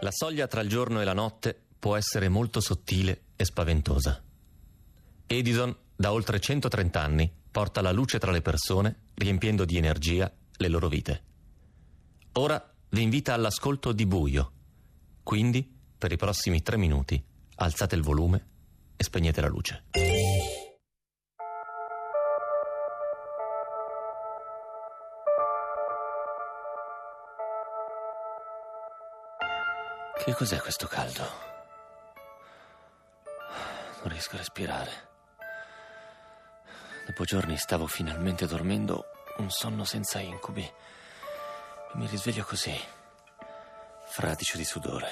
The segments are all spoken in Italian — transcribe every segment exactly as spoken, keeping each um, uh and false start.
La soglia tra il giorno e la notte può essere molto sottile e spaventosa. Edison, da oltre centotrenta anni, porta la luce tra le persone, riempiendo di energia le loro vite. Ora vi invita all'ascolto di Buio. Quindi, per i prossimi tre minuti, alzate il volume e spegnete la luce. Che cos'è questo caldo? Non riesco a respirare. Dopo giorni stavo finalmente dormendo un sonno senza incubi e mi risveglio così, fradicio di sudore.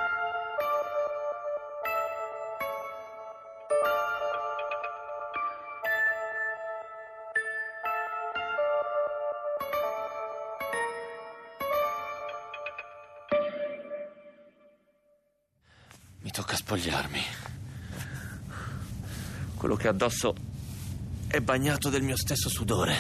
Mi tocca spogliarmi. Quello che addosso è bagnato del mio stesso sudore.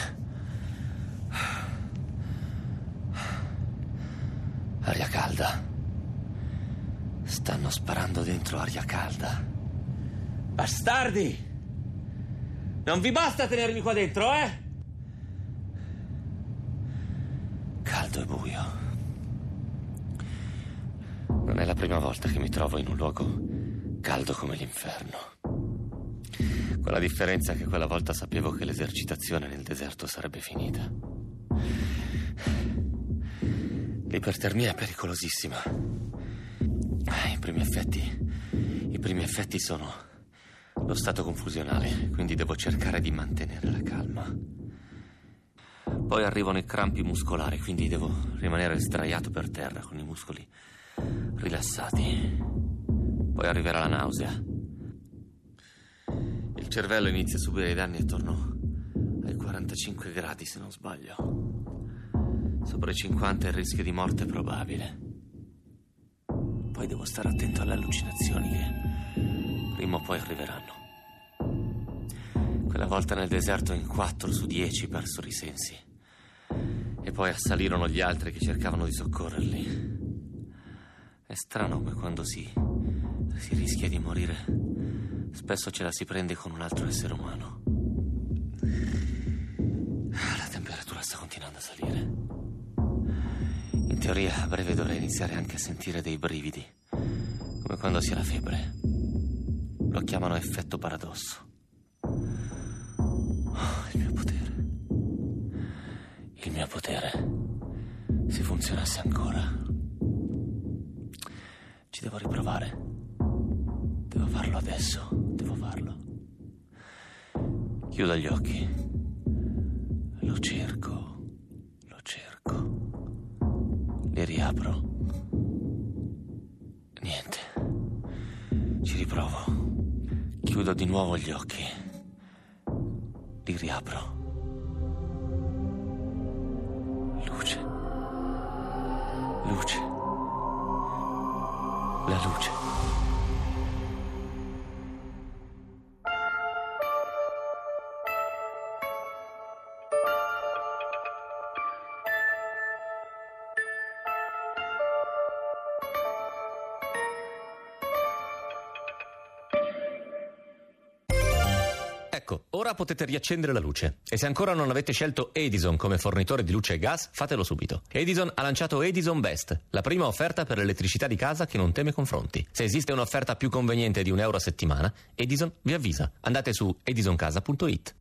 Aria calda. Stanno sparando dentro aria calda. Bastardi! Non vi basta tenermi qua dentro, eh? Caldo e buio. Non è la prima volta che mi trovo in un luogo caldo come l'inferno. Con la differenza che quella volta sapevo che l'esercitazione nel deserto sarebbe finita. L'ipertermia è pericolosissima. I primi effetti, i primi effetti sono lo stato confusionale, quindi devo cercare di mantenere la calma. Poi arrivano i crampi muscolari, quindi devo rimanere sdraiato per terra con i muscoli rilassati. Poi arriverà la nausea. Il cervello inizia a subire i danni attorno ai quarantacinque gradi, se non sbaglio. Sopra i cinquanta il rischio di morte è probabile. Poi devo stare attento alle allucinazioni che prima o poi arriveranno. Quella volta nel deserto in quattro su dieci persero i sensi. E poi assalirono gli altri che cercavano di soccorrerli. È strano come quando si, si rischia di morire, spesso ce la si prende con un altro essere umano. La temperatura sta continuando a salire. In teoria a breve dovrei iniziare anche a sentire dei brividi, come quando si ha la febbre. Lo chiamano effetto paradosso. Oh, il mio potere. Il mio potere. Se funzionasse ancora. Ci devo riprovare. Devo farlo adesso. Devo farlo. Chiudo gli occhi. Lo cerco. Lo cerco. Li riapro. Niente. Ci riprovo. Chiudo di nuovo gli occhi. Li riapro. Luce. Luce. La luce. Ecco, ora potete riaccendere la luce. E se ancora non avete scelto Edison come fornitore di luce e gas, fatelo subito. Edison ha lanciato Edison Best, la prima offerta per l'elettricità di casa che non teme confronti. Se esiste un'offerta più conveniente di un euro a settimana, Edison vi avvisa. Andate su edison casa punto it.